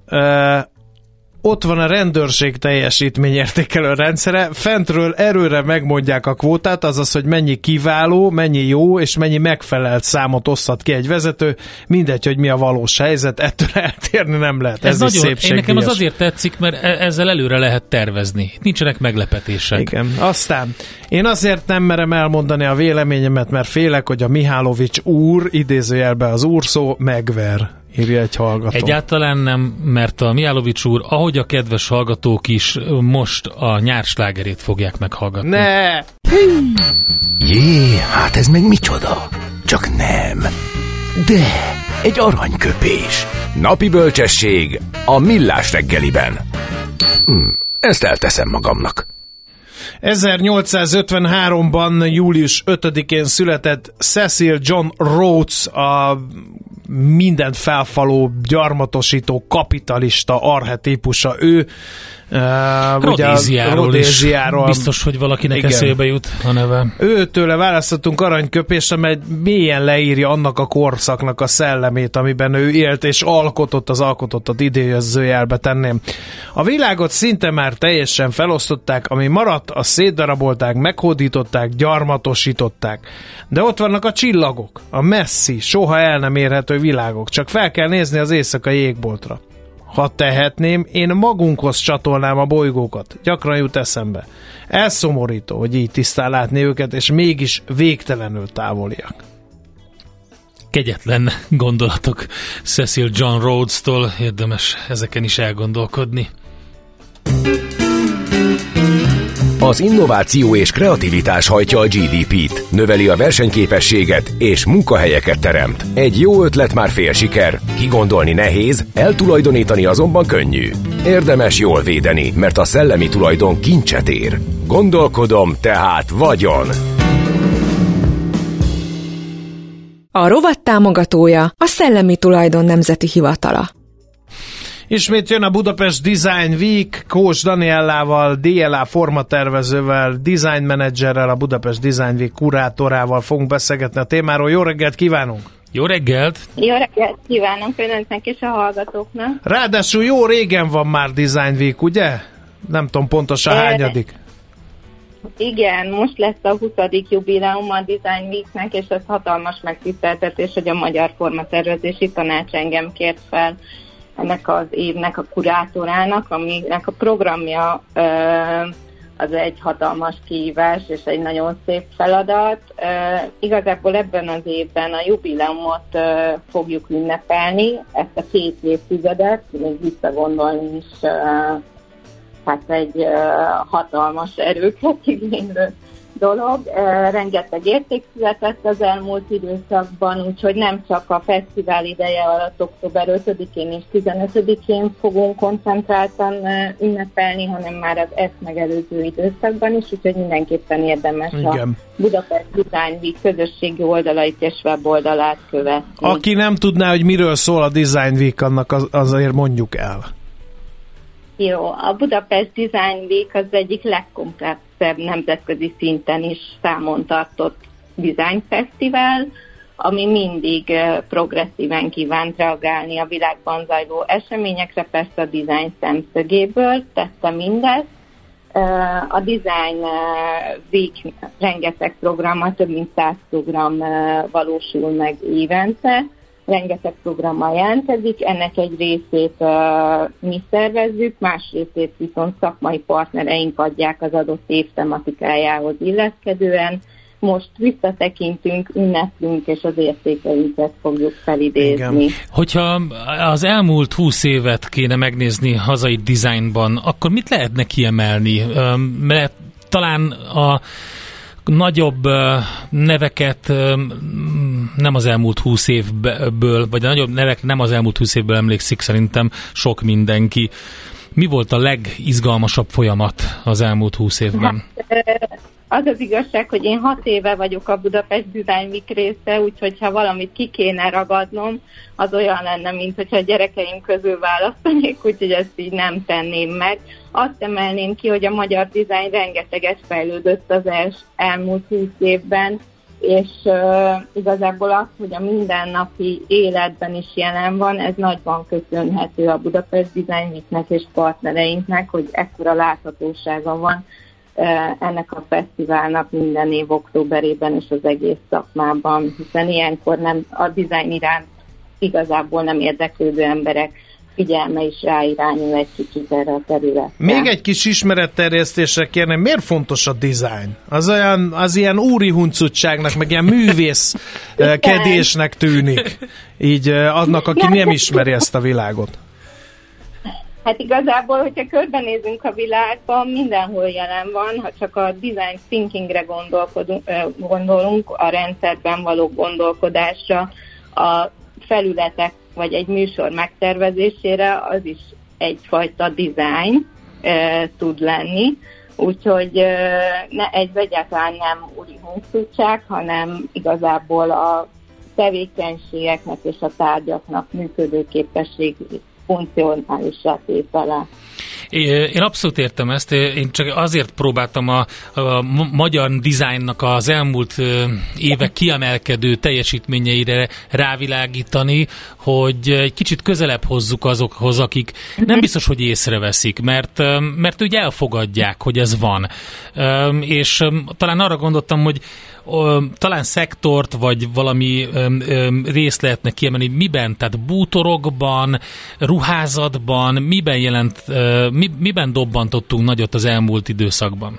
Speaker 3: Ott van a rendőrség teljesítményértékelő rendszere, fentről erőre megmondják a kvótát, azaz, hogy mennyi kiváló, mennyi jó, és mennyi megfelelt számot oszthat ki egy vezető, mindegy, hogy mi a valós helyzet, ettől eltérni nem lehet. Ez, Ez nagyon,
Speaker 4: én nekem az azért tetszik, mert ezzel előre lehet tervezni. Nincsenek meglepetések.
Speaker 3: Igen. Aztán én azért nem merem elmondani a véleményemet, mert félek, hogy a Mihálovics úr, idézőjelben az úr szó, megver. Írja egy hallgató.
Speaker 4: Egyáltalán nem, mert a Mihálovics úr, ahogy a kedves hallgatók is, most a nyár slágerét fogják meghallgatni.
Speaker 3: Ne!
Speaker 1: Jé, hát ez meg micsoda? Csak nem. De, egy aranyköpés. Napi bölcsesség a Millás reggeliben. Hm, ezt elteszem magamnak.
Speaker 3: ezernyolcszázötvenháromban július ötödikén született Cecil John Rhodes, a mindent felfaló, gyarmatosító, kapitalista archetípusa. Ő
Speaker 4: Uh, Rodéziáról, Rodéziáról is biztos, hogy valakinek igen. eszébe jut a neve.
Speaker 3: Őtőle választottunk aranyköpést, amely mélyen leírja annak a korszaknak a szellemét, amiben ő élt és alkotott, az alkotottat idézőjelbe tenném. A világot szinte már teljesen felosztották, ami maradt, azt szétdarabolták, meghódították, gyarmatosították. De ott vannak a csillagok, a messzi, soha el nem érhető világok, csak fel kell nézni az éjszakai égboltra. Ha tehetném, én magunkhoz csatolnám a bolygókat. Gyakran jut eszembe. Elszomorító, hogy így tisztán látni őket, és mégis végtelenül távoliak.
Speaker 4: Kegyetlen gondolatok Cecil John Rhodes-tól, érdemes ezeken is elgondolkodni.
Speaker 1: Az innováció és kreativitás hajtja a gé dé pét, növeli a versenyképességet és munkahelyeket teremt. Egy jó ötlet már fél siker, kigondolni nehéz, eltulajdonítani azonban könnyű. Érdemes jól védeni, mert a szellemi tulajdon kincset ér. Gondolkodom, tehát vagyon!
Speaker 2: A rovat támogatója a Szellemi Tulajdon Nemzeti Hivatala.
Speaker 3: Ismét jön a Budapest Design Week, Kós Daniellával, dé el á formatervezővel, design menedzserrel, a Budapest Design Week kurátorával fogunk beszélgetni a témáról. Jó reggelt kívánunk!
Speaker 4: Jó reggelt!
Speaker 6: Jó reggelt kívánunk önöknek és a hallgatóknak!
Speaker 3: Ráadásul jó régen van már Design Week, ugye? Nem tudom pontosan hányadik.
Speaker 6: Igen, most lesz a huszadik jubileum a Design Weeknek, és ez hatalmas megtiszteltetés, hogy a Magyar Formatervezési Tanács engem kért fel ennek az évnek a kurátorának, aminek a programja ö, az egy hatalmas kihívás és egy nagyon szép feladat. Ö, igazából ebben az évben a jubileumot ö, fogjuk ünnepelni, ezt a két évtizedet, még visszagondolni is ö, hát egy ö, hatalmas erőket igénylő dolog, rengeteg érték született az elmúlt időszakban, úgyhogy nem csak a fesztivál ideje alatt október ötödikén és tizenötödikén fogunk koncentráltan ünnepelni, hanem már az ezt megelőző időszakban is, úgyhogy mindenképpen érdemes Igen. a Budapest Design Week közösségi oldalait és weboldalát követni.
Speaker 3: Aki nem tudná, hogy miről szól a Design Week, annak az, azért mondjuk el.
Speaker 6: Jó, a Budapest Design Week az egyik legkomplexebb nemzetközi szinten is számon tartott design fesztivál, ami mindig progresszíven kívánt reagálni a világban zajló eseményekre, persze a design szemszögéből tette mindezt. A Design Week rengeteg programmal, több mint száz program valósul meg évente, rengeteg programmal jelentkezik, ennek egy részét uh, mi szervezzük, más részét viszont szakmai partnereink adják az adott év tematikájához illeszkedően. Most visszatekintünk, ünneplünk, és az értékeinket fogjuk felidézni.
Speaker 4: Igen. Hogyha az elmúlt húsz évet kéne megnézni hazai dizájnban, akkor mit lehetne kiemelni? Mert talán a nagyobb neveket nem az elmúlt húsz évből, vagy a nagyobb nevek nem az elmúlt húsz évből emlékszik szerintem sok mindenki. Mi volt a legizgalmasabb folyamat az elmúlt húsz évben?
Speaker 6: Hát, az az igazság, hogy én hat éve vagyok a Budapest Design Week része, úgyhogy ha valamit ki kéne ragadnom, az olyan lenne, mint hogyha a gyerekeim közül választanék, úgyhogy ezt így nem tenném meg. Azt emelném ki, hogy a magyar dizájn rengeteget fejlődött az els, elmúlt húsz évben, és uh, igazából az, hogy a mindennapi életben is jelen van, ez nagyban köszönhető a Budapest Design Weeknek és partnereinknek, hogy ekkora láthatósága van uh, ennek a fesztiválnak minden év októberében és az egész szakmában, hiszen ilyenkor nem a dizájn iránt igazából nem érdeklődő emberek figyelme is ráirányul egy kicsit erre a területre.
Speaker 3: Még egy kis ismeretterjesztésre kérném, miért fontos a design? Az olyan, az ilyen úri huncutságnak, meg ilyen művészkedésnek tűnik. Így annak, aki nem ismeri ezt a világot.
Speaker 6: Hát igazából, hogyha körbenézünk a világban, mindenhol jelen van, ha csak a design thinkingre gondolunk, a rendszerben való gondolkodásra, a felületek vagy egy műsor megtervezésére, az is egyfajta design e, tud lenni, úgyhogy e, ne, ez egyáltalán nem úri huncutság, hanem igazából a tevékenységeknek és a tárgyaknak működőképesség funkcionálisra tétele.
Speaker 4: Én abszolút értem ezt, én csak azért próbáltam a, a magyar dizájnnak az elmúlt évek kiemelkedő teljesítményeire rávilágítani, hogy egy kicsit közelebb hozzuk azokhoz, akik nem biztos, hogy észreveszik, mert, mert úgy elfogadják, hogy ez van. És talán arra gondoltam, hogy talán szektort, vagy valami öm, öm, részt lehetne kiemelni, miben, tehát bútorokban, ruházatban, miben jelent, öm, mi, miben dobbantottunk nagyot az elmúlt időszakban?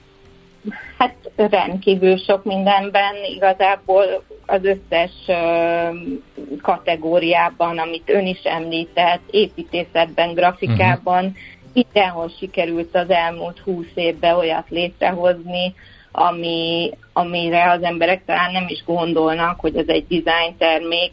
Speaker 6: Hát rendkívül sok mindenben, igazából az összes öm, kategóriában, amit ön is említett, építészetben, grafikában, uh-huh. mindenhol sikerült az elmúlt húsz évben olyat létrehozni, Ami, amire az emberek talán nem is gondolnak, hogy ez egy design termék,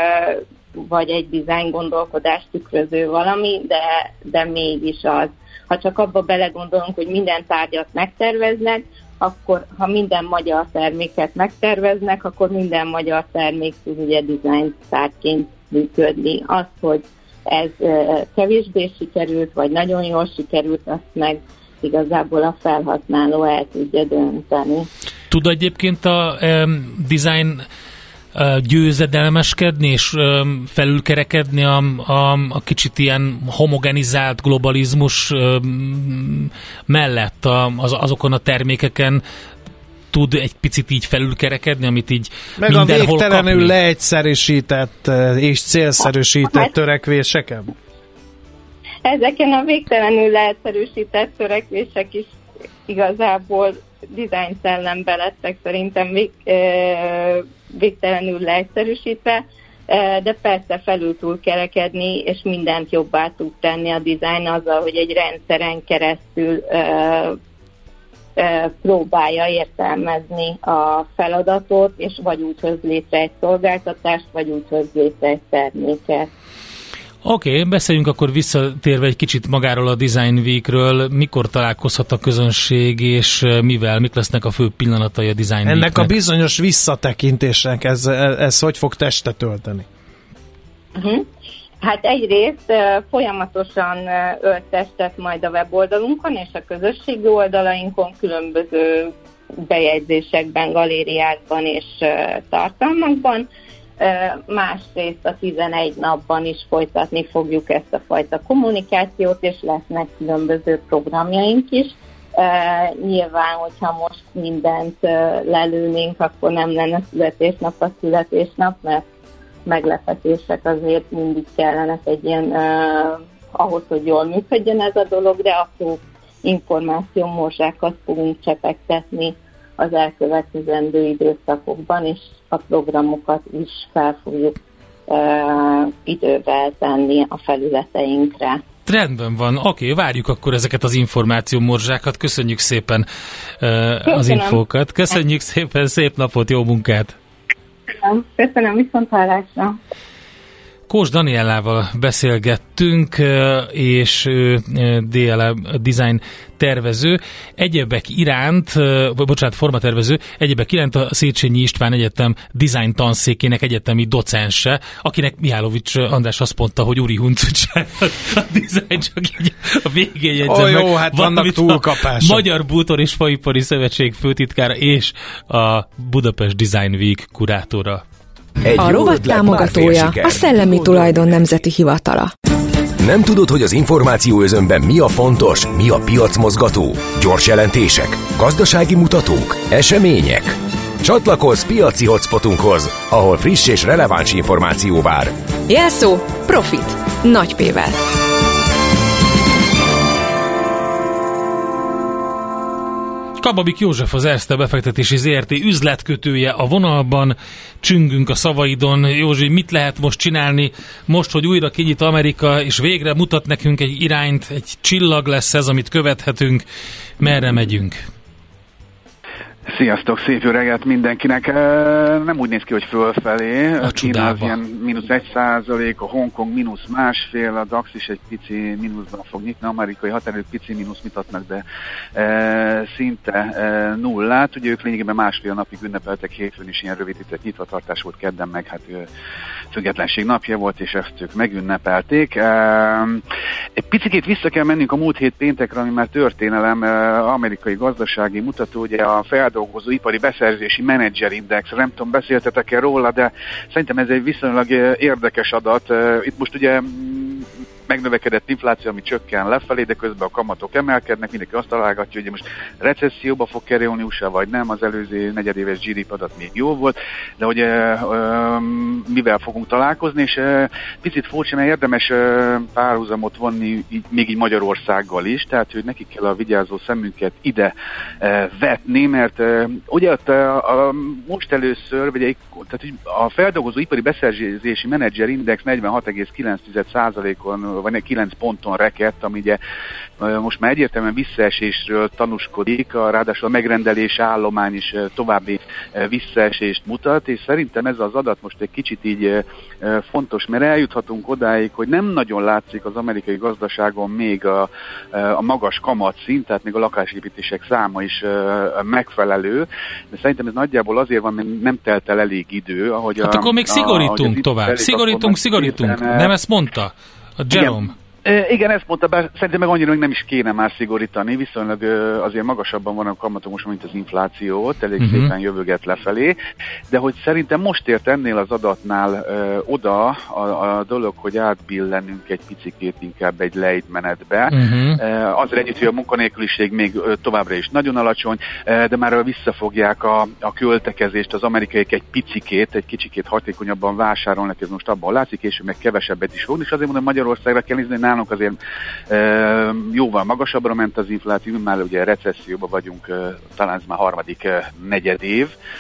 Speaker 6: vagy egy design gondolkodást tükröző valami, de, de mégis az. Ha csak abba belegondolunk, hogy minden tárgyat megterveznek, akkor ha minden magyar terméket megterveznek, akkor minden magyar termék tud ugye design tárgyként működni. Az, hogy ez kevésbé sikerült, vagy nagyon jól sikerült, azt meg igazából a felhasználó el tudja dönteni.
Speaker 4: Tud egyébként a um, design uh, győzedelmeskedni és um, felülkerekedni a, a, a kicsit ilyen homogenizált globalizmus um, mellett a, az, azokon a termékeken tud egy picit így felülkerekedni, amit így
Speaker 3: meg mindenhol kapni? Meg a végtelenül leegyszerűsített és célszerűsített hát, törekvéseken?
Speaker 6: Ezeken a végtelenül leegyszerűsített törekvések is igazából design szellembe lettek szerintem vég, végtelenül leegyszerűsítve, de persze felül tud kerekedni, és mindent jobbá tud tenni a design azzal, hogy egy rendszeren keresztül próbálja értelmezni a feladatot, és vagy úgy hoz létre egy szolgáltatást, vagy úgy hoz létre egy terméket.
Speaker 4: Oké, okay, beszéljünk akkor visszatérve egy kicsit magáról a Design Weekről. Mikor találkozhat a közönség, és mivel, mik lesznek a fő pillanatai a Design Weeknek?
Speaker 3: Ennek a bizonyos visszatekintésnek ez, ez hogy fog testet ölteni?
Speaker 6: Uh-huh. Hát egyrészt uh, folyamatosan uh, ölt testet majd a weboldalunkon és a közösségi oldalainkon különböző bejegyzésekben, galériákban és uh, tartalmakban. Uh, másrészt a tizenegy napban is folytatni fogjuk ezt a fajta kommunikációt, és lesznek különböző programjaink is. Uh, nyilván, hogyha most mindent uh, lelőnénk, akkor nem lenne születésnap a születésnap, mert meglepetések azért mindig kellenek egy ilyen, uh, ahhoz, hogy jól működjön ez a dolog, de apró információmorzsákat fogunk csepegtetni az elkövetkezendő időszakokban, és a programokat is fel fogjuk uh, idővel tenni a felületeinkre.
Speaker 4: Rendben van, oké, várjuk akkor ezeket az információmorzsákat. Köszönjük szépen uh, az infókat. Köszönjük szépen, szép napot, jó munkát!
Speaker 6: Köszönöm, Köszönöm viszonthallásra!
Speaker 4: Kós Daniellával beszélgettünk, és dé el e design tervező, egyebek iránt, bocsánat, formatervező, egyebek iránt a Széchenyi István Egyetem design tanszékének egyetemi docense, akinek Mihálovics András azt mondta, hogy úri huncutság a design, csak így a végén jegyzem
Speaker 3: oh,
Speaker 4: meg.
Speaker 3: Jó, hát vannak túlkapások.
Speaker 4: Magyar Bútor és Faipari Szövetség főtitkára és a Budapest Design Week kurátora.
Speaker 1: Egy
Speaker 2: a rovat támogatója a Szellemi Tulajdon Nemzeti Hivatala.
Speaker 1: Nem tudod, hogy az információ özönben mi a fontos, mi a piacmozgató? Gyors jelentések, gazdasági mutatók, események? Csatlakozz piaci hotspotunkhoz, ahol friss és releváns információ vár.
Speaker 2: Jelszó Profit. Nagy P-vel.
Speaker 4: Kababik József, az Erste befektetési zé er té üzletkötője a vonalban, csüngünk a szavaidon. Józsi, mit lehet most csinálni, most, hogy újra kinyit Amerika, és végre mutat nekünk egy irányt, egy csillag lesz ez, amit követhetünk, merre megyünk?
Speaker 7: Sziasztok, szép jó reggelt mindenkinek. Nem úgy néz ki, hogy fölfelé.
Speaker 4: A
Speaker 7: Kína az ilyen mínusz egy százalék, a Hongkong mínusz másfél, a DAX is egy pici mínuszban fog nyitni, amerikai határők pici mínusz mutatnak, de e, szinte e, nullát. Ugye ők lényegében másfél napig ünnepeltek, hétfőn is ilyen rövidített nyitvatartás volt, kedden meg hát e, függetlenség napja volt, és ezt ők megünnepelték. E, egy picikét vissza kell mennünk a múlt hét péntekre, ami már történelem, e, amerikai gazdasági mutató, ugye a feldolgozó ipari beszerzési menedzserindex, nem tudom, beszéltetek-e róla, de szerintem ez egy viszonylag érdekes adat. Itt most ugye megnövekedett infláció, ami csökken lefelé, de közben a kamatok emelkednek, mindenki azt találgatja, hogy most recesszióba fog kerülni u es á, vagy nem, az előző negyedéves gé dé pé adat még jó volt, de hogy mivel fogunk találkozni, és picit furcsa, mert érdemes párhuzamot vonni így, még így Magyarországgal is, tehát hogy nekik kell a vigyázó szemünket ide vetni, mert ugye a, a, most először, vagy tehát a feldolgozó ipari beszerzési menedzserindex negyvenhat egész kilenc százalékon vagy kilenc ponton rekedt, ami ugye most már egyértelműen visszaesésről tanúskodik, ráadásul a megrendelés állomány is további visszaesést mutat, és szerintem ez az adat most egy kicsit így fontos, mert eljuthatunk odáig, hogy nem nagyon látszik az amerikai gazdaságon még a, a magas kamatszint, tehát még a lakásépítések száma is megfelelő, de szerintem ez nagyjából azért van, mert nem telt el elég idő. Ahogy
Speaker 4: hát
Speaker 7: a,
Speaker 4: akkor még szigorítunk
Speaker 7: a,
Speaker 4: tovább, szigorítunk, szigorítunk,
Speaker 7: szépen,
Speaker 4: nem ezt mondta? A Jerome.
Speaker 7: Igen. E, igen, ezt mondta, bár szerintem meg annyira, hogy nem is kéne már szigorítani, viszonylag azért magasabban van a kamatok most, mint az infláció, elég uh-huh. szépen jövöget lefelé, de hogy szerintem most ért ennél az adatnál ö, oda a, a dolog, hogy átbillenünk egy picikét inkább egy lejtmenetbe. Uh-huh. E, azért együtt, hogy a munkanélküliség még ö, továbbra is nagyon alacsony, e, de már visszafogják a, a költekezést, az amerikaiak egy picikét, egy kicsikét hatékonyabban vásárolnak, ez most abban látszik, és meg kevesebbet is fogni, és azért mondom, Magyarországra kell nézni, nálunk azért e, jóval magasabbra ment az infláció, már ugye recesszióban vagyunk, e, talán ez már harmadik e, negyed év,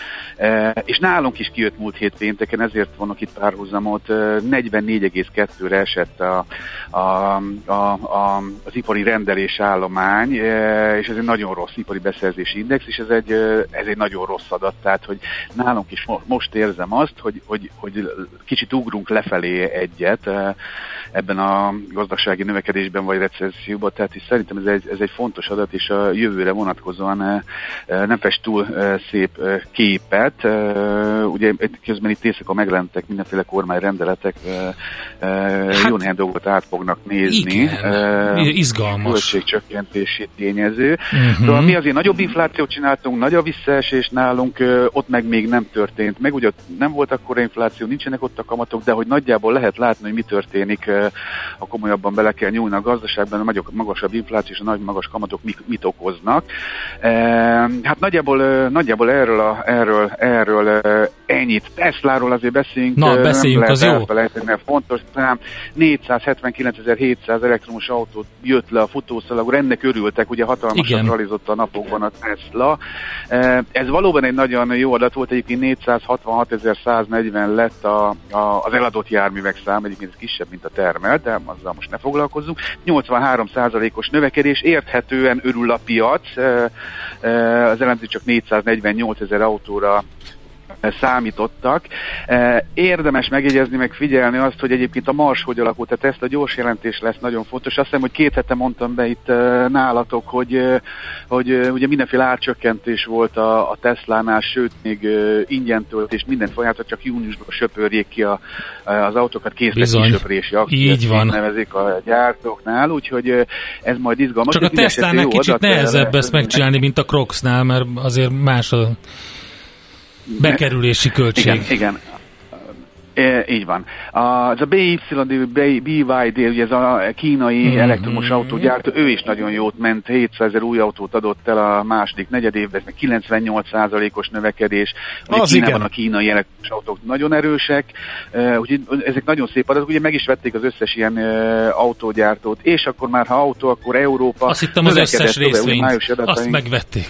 Speaker 7: és nálunk is kijött múlt hét pénteken, ezért vannak itt párhuzamot, negyvennégy egész kettőre esett a, a, a, a, az ipari rendelés állomány, és ez egy nagyon rossz ipari beszerzési index, és ez egy, ez egy nagyon rossz adat, tehát hogy nálunk is most érzem azt, hogy, hogy, hogy kicsit ugrunk lefelé egyet ebben a gazdasági növekedésben vagy recesszióban, tehát is szerintem ez egy, ez egy fontos adat, és a jövőre vonatkozóan nem fest túl szép képet. Ugye közben itt éjszaka megjelentek mindenféle kormányrendeletek, hát, jó néhány dolgot át fognak nézni.
Speaker 4: Igen, uh, izgalmas.
Speaker 7: Költségcsökkentési tényező. Uh-huh. Szóval mi azért nagyobb inflációt csináltunk, nagy a visszaesés nálunk, ott meg még nem történt meg. Ugye nem volt akkora infláció, nincsenek ott a kamatok, de hogy nagyjából lehet látni, hogy mi történik, ha komolyabban bele kell nyúlni a gazdaságban, a nagyobb, magasabb infláció és a nagy magas kamatok mit, mit okoznak. Hát nagyjából, nagyjából erről, a, erről, erről ennyit. Tesláról azért beszéljünk.
Speaker 4: Na, beszéljünk, az jó.
Speaker 7: Mert fontos szám, négyszázhetvenkilencezer-hétszáz elektromos autót jött le a futószalagon, ennek örültek, ugye hatalmasan realizott a napokban a Tesla. Ez valóban egy nagyon jó adat volt, egyébként négyszázhatvanhatezer-száznegyven lett a, a, az eladott járművek szám, egyébként ez kisebb, mint a termelt, de azzal most ne foglalkozzunk. nyolcvanhárom százalékos növekedés, érthetően örül a piac, az elemző csak négyszáznegyvennyolcezer autóra számítottak. Érdemes megjegyezni, meg figyelni azt, hogy egyébként a mars hogy alakult, tehát ezt a gyors jelentés lesz nagyon fontos. Azt hiszem, hogy két hete mondtam be itt nálatok, hogy, hogy ugye mindenféle árcsökkentés volt a, a Teslánál, sőt még ingyen tölt, és minden folyamatot csak júniusban söpörjék ki a, az autókat, készletésöprési akciót nevezik a gyártóknál, úgyhogy ez majd izgalmas.
Speaker 4: Csak a Teslánál kicsit adat, nehezebb ezt megcsinálni, mint a Crocsnál, mert azért más a bekerülési költség.
Speaker 7: Igen, igen. E, így van. Az a bé y dé, ugye ez a kínai mm-hmm. elektromos autógyártó, ő is nagyon jót ment, hétszázezer új autót adott el a második negyedévben, ez meg kilencvennyolc százalékos növekedés. Ugye Kínában igen. A kínai elektromos autók nagyon erősek, uh, úgyhogy ezek nagyon szép adatok, ugye meg is vették az összes ilyen uh, autógyártót, és akkor már ha autó, akkor Európa.
Speaker 4: Azt hittem az összes részvényt, azt megvették.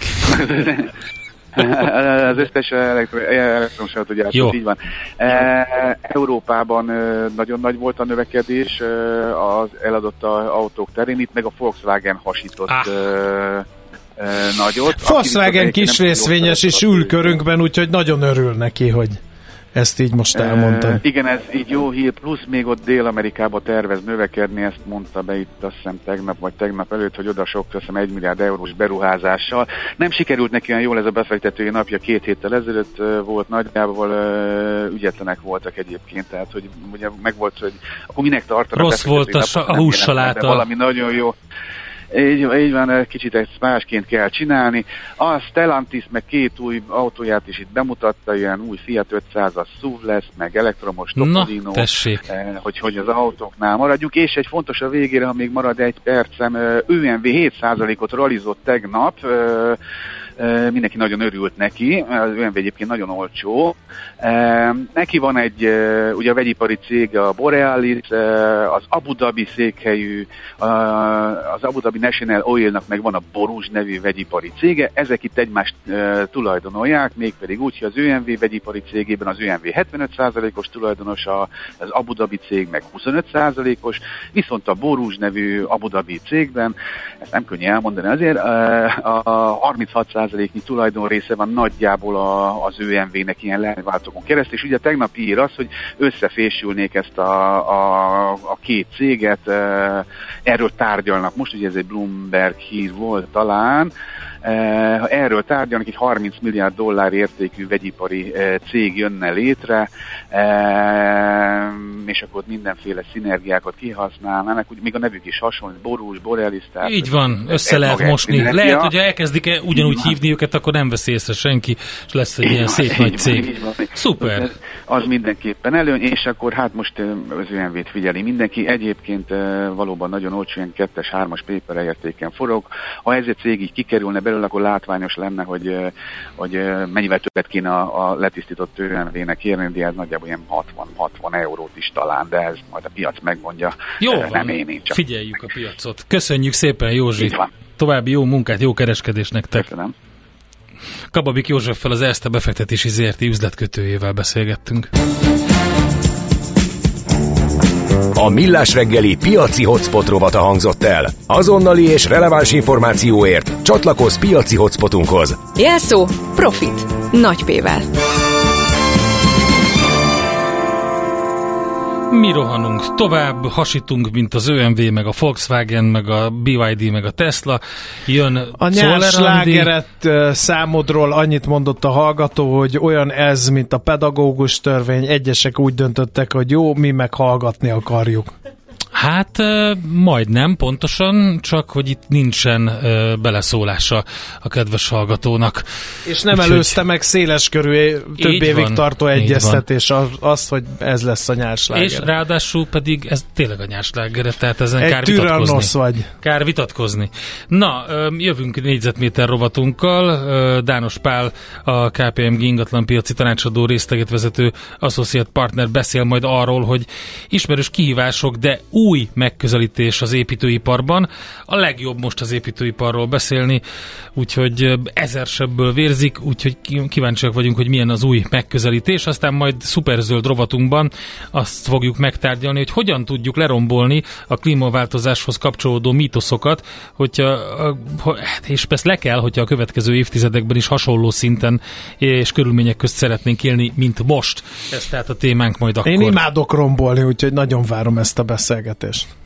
Speaker 7: Az összes elektromos autógyártó, így van. E, Európában nagyon nagy volt a növekedés az eladott autók terén, itt meg a Volkswagen hasított ah. e, e, nagyot.
Speaker 3: Volkswagen kis részvényes és ül körünkben, úgyhogy nagyon örül neki, hogy ezt így most elmondtam.
Speaker 7: E, igen, ez így jó hír, plusz még ott Dél-Amerikába tervez növekedni, ezt mondta be itt azt hiszem tegnap vagy tegnap előtt, hogy oda sok, azt hiszem egy milliárd eurós beruházással. Nem sikerült neki olyan jól ez a befektetői napja, két héttel ezelőtt volt, nagyjából uh, ügyetlenek voltak egyébként, tehát hogy ugye meg volt, hogy akkor minek tartanak.
Speaker 4: Rossz volt a, a hússaláta.
Speaker 7: Valami nagyon jó. Így, így van, kicsit ezt másként kell csinálni. A Stellantis meg két új autóját is itt bemutatta, ilyen új Fiat ötszázas es u vé lesz, meg elektromos Topolino, eh, hogy, hogy az autóknál maradjuk. És egy fontos a végére, ha még marad egy percem, ö em vé hét százalékot realizott tegnap, ö, mindenki nagyon örült neki, az ö em vé egyébként nagyon olcsó. Neki van egy, ugye a vegyipari cég, a Borealis, az Abu Dhabi székhelyű, az Abu Dhabi National Oilnak meg van a Borouge nevű vegyipari cége, ezek itt egymást tulajdonolják, mégpedig úgy, hogy az ö em vé vegyipari cégében az ö em vé hetvenöt százalékos tulajdonos, az Abu Dhabi cég meg huszonöt százalékos, viszont a Borouge nevű Abu Dhabi cégben, ezt nem könnyű elmondani azért, a harminchat százaléknyi tulajdonrésze van nagyjából a, az ö em vének ilyen leányváltókon keresztül, és ugye tegnap ír az, hogy összefésülnék ezt a, a, a két céget, erről tárgyalnak most, ugye ez egy Bloomberg hír volt talán, erről tárgyalnak, egy harminc milliárd dollár értékű vegyipari cég jönne létre, és akkor ott mindenféle szinergiákat kihasználnának, úgy még a nevük is hasonló, Borouge, Borealis.
Speaker 4: Így van, össze lehet mosni. Szinergia. Lehet, hogy elkezdik ugyanúgy hívni őket, akkor nem veszi észre senki, és lesz egy ilyen szép nagy cég. Szuper.
Speaker 7: Az, az mindenképpen előny, és akkor hát most az ö em vét figyeli mindenki. Egyébként valóban nagyon olcsó, ilyen kettes, hármas paper értéken forog. Ha ez a cég így kikerülne belőle, akkor látványos lenne, hogy, hogy mennyivel többet kéne a, a letisztított ö em vének érni, de ez nagyjából ilyen hatvan-hatvan eurót is talán, de ez majd a piac megmondja.
Speaker 4: Jó
Speaker 7: nem
Speaker 4: van.
Speaker 7: Én, én csak.
Speaker 4: Figyeljük a piacot. Köszönjük szépen, Józsi. További jó munkát, jó kereskedés nektek.
Speaker 7: Köszönöm.
Speaker 4: Kababik Józseffel, az Erste befektetési zé er té üzletkötőjével beszélgettünk.
Speaker 1: A Millás reggeli piaci hotspot rovata hangzott el. Azonnali és releváns információért csatlakozz piaci hotspotunkhoz.
Speaker 2: Jelszó Profit. Nagy P-vel.
Speaker 4: Mi rohanunk tovább, hasítunk, mint az o em vé, meg a Volkswagen, meg a bé ipszilon dé, meg a Tesla. Jön
Speaker 3: a nyárslágeret számodról annyit mondott a hallgató, hogy olyan ez, mint a pedagógus törvény. Egyesek úgy döntöttek, hogy jó, mi meg hallgatni akarjuk.
Speaker 4: Hát majdnem, pontosan, csak hogy itt nincsen uh, beleszólása a kedves hallgatónak.
Speaker 3: És nem
Speaker 4: Úgy,
Speaker 3: előzte
Speaker 4: hogy...
Speaker 3: meg széleskörű, több
Speaker 4: így
Speaker 3: évig
Speaker 4: van,
Speaker 3: tartó egyeztetés az, az, hogy ez lesz a nyársláger.
Speaker 4: És ráadásul pedig ez tényleg a nyársláger, tehát ezen
Speaker 3: egy
Speaker 4: kár vitatkozni.
Speaker 3: vagy.
Speaker 4: Kár vitatkozni. Na, jövünk négyzetméter rovatunkkal. Dános Pál, a ká pé em gé ingatlanpiaci tanácsadó részlegedvezető associate partner beszél majd arról, hogy ismerős kihívások, de új megközelítés az építőiparban. A legjobb most az építőiparról beszélni, úgyhogy ezersebből vérzik, úgyhogy kíváncsiak vagyunk, hogy milyen az új megközelítés. Aztán majd szuperzöld rovatunkban azt fogjuk megtárgyalni, hogy hogyan tudjuk lerombolni a klímaváltozáshoz kapcsolódó mítoszokat, hogyha, és persze le kell, hogyha a következő évtizedekben is hasonló szinten és körülmények közt szeretnénk élni, mint most. Ez tehát a témánk majd akkor.
Speaker 3: Én imádok rombolni, úgyhogy nagyon várom ezt a beszélgetést.